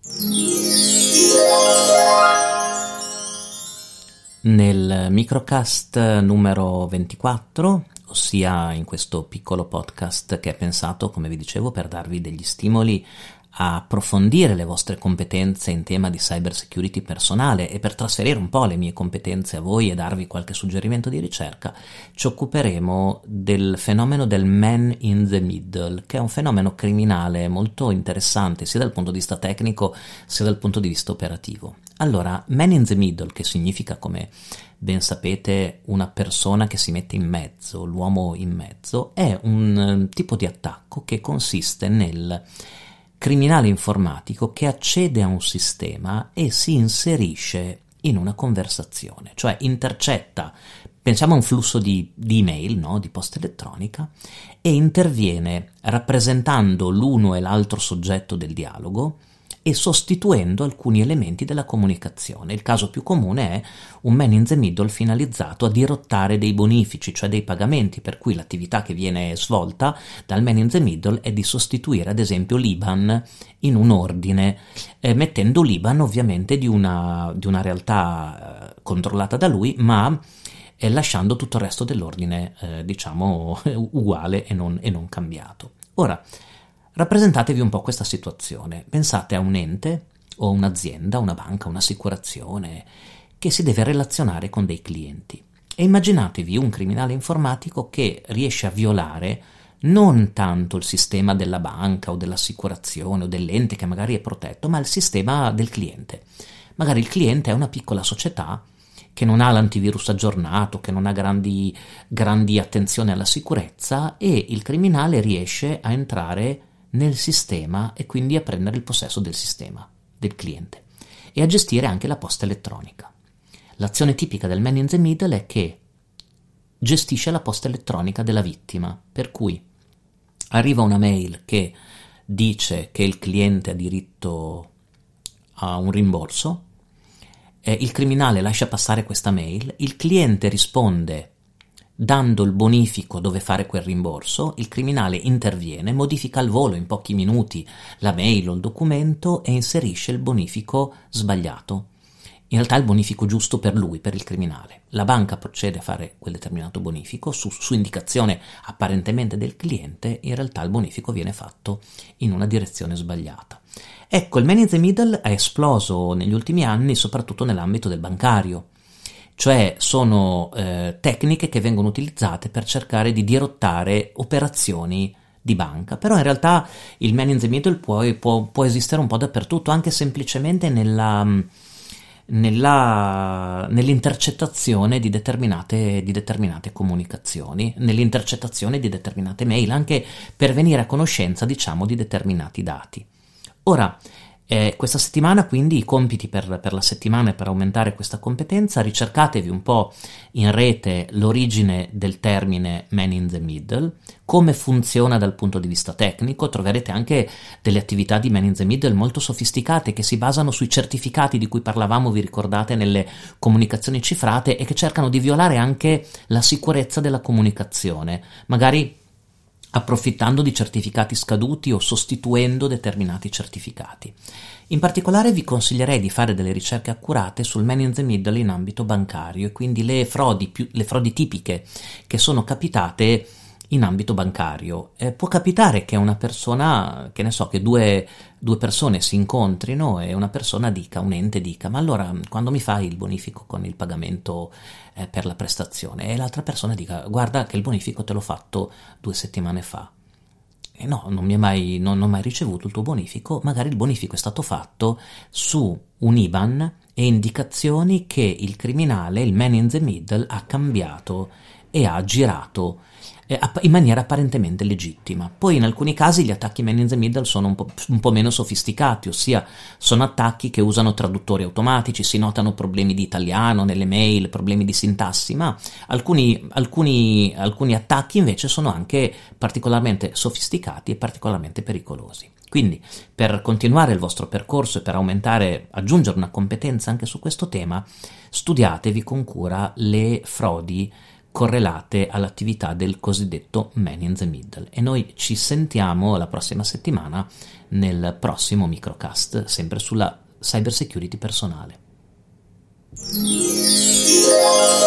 Nel microcast numero 24, ossia in questo piccolo podcast che è pensato, come vi dicevo, per darvi degli stimoli a approfondire le vostre competenze in tema di cyber security personale e per trasferire un po' le mie competenze a voi e darvi qualche suggerimento di ricerca, ci occuperemo del fenomeno del man in the middle, che è un fenomeno criminale molto interessante sia dal punto di vista tecnico sia dal punto di vista operativo. Allora, man in the middle, che significa, come ben sapete, una persona che si mette in mezzo, l'uomo in mezzo, è un tipo di attacco che consiste nel criminale informatico che accede a un sistema e si inserisce in una conversazione, cioè intercetta, pensiamo a un flusso di email, no? Di posta elettronica, e interviene rappresentando l'uno e l'altro soggetto del dialogo e sostituendo alcuni elementi della comunicazione. Il caso più comune è un man in the middle finalizzato a dirottare dei bonifici, cioè dei pagamenti, per cui l'attività che viene svolta dal man in the middle è di sostituire ad esempio l'IBAN in un ordine, mettendo l'IBAN ovviamente di una realtà controllata da lui, ma lasciando tutto il resto dell'ordine uguale e non cambiato. Ora, rappresentatevi un po' questa situazione. Pensate a un ente o un'azienda, una banca, un'assicurazione che si deve relazionare con dei clienti e immaginatevi un criminale informatico che riesce a violare non tanto il sistema della banca o dell'assicurazione o dell'ente che magari è protetto, ma il sistema del cliente. Magari il cliente è una piccola società che non ha l'antivirus aggiornato, che non ha grandi attenzione alla sicurezza, e il criminale riesce a entrare nel sistema e quindi a prendere il possesso del sistema del cliente e a gestire anche la posta elettronica. L'azione tipica del man in the middle è che gestisce la posta elettronica della vittima, per cui arriva una mail che dice che il cliente ha diritto a un rimborso, il criminale lascia passare questa mail, il cliente risponde dando il bonifico dove fare quel rimborso, il criminale interviene, modifica al volo in pochi minuti la mail o il documento e inserisce il bonifico sbagliato. In realtà il bonifico giusto per lui, per il criminale. La banca procede a fare quel determinato bonifico su indicazione apparentemente del cliente, in realtà il bonifico viene fatto in una direzione sbagliata. Ecco, il man in the middle è esploso negli ultimi anni soprattutto nell'ambito del bancario. Cioè sono tecniche che vengono utilizzate per cercare di dirottare operazioni di banca, però in realtà il man in the middle può esistere un po' dappertutto, anche semplicemente nell'intercettazione di determinate comunicazioni, nell'intercettazione di determinate mail, anche per venire a conoscenza, diciamo, di determinati dati. Ora, questa settimana quindi i compiti per la settimana e per aumentare questa competenza: ricercatevi un po' in rete l'origine del termine man in the middle, come funziona dal punto di vista tecnico. Troverete anche delle attività di man in the middle molto sofisticate che si basano sui certificati di cui parlavamo, vi ricordate, nelle comunicazioni cifrate, e che cercano di violare anche la sicurezza della comunicazione, magari approfittando di certificati scaduti o sostituendo determinati certificati. In particolare vi consiglierei di fare delle ricerche accurate sul man in the middle in ambito bancario, e quindi le frodi tipiche che sono capitate in ambito bancario. Può capitare che una persona, che ne so, che due persone si incontrino e una persona dica, un ente dica: ma allora quando mi fai il bonifico con il pagamento per la prestazione? E l'altra persona dica: guarda che il bonifico te l'ho fatto 2 settimane fa. E no, non ho mai ricevuto il tuo bonifico. Magari il bonifico è stato fatto su un IBAN e indicazioni che il criminale, il man in the middle, ha cambiato e ha girato in maniera apparentemente legittima. Poi in alcuni casi gli attacchi man in the middle sono un po' meno sofisticati, ossia sono attacchi che usano traduttori automatici, si notano problemi di italiano nelle mail, problemi di sintassi, ma alcuni attacchi invece sono anche particolarmente sofisticati e particolarmente pericolosi. Quindi, per continuare il vostro percorso e per aggiungere una competenza anche su questo tema, studiatevi con cura le frodi correlate all'attività del cosiddetto man in the middle. E noi ci sentiamo la prossima settimana nel prossimo microcast, sempre sulla cyber security personale.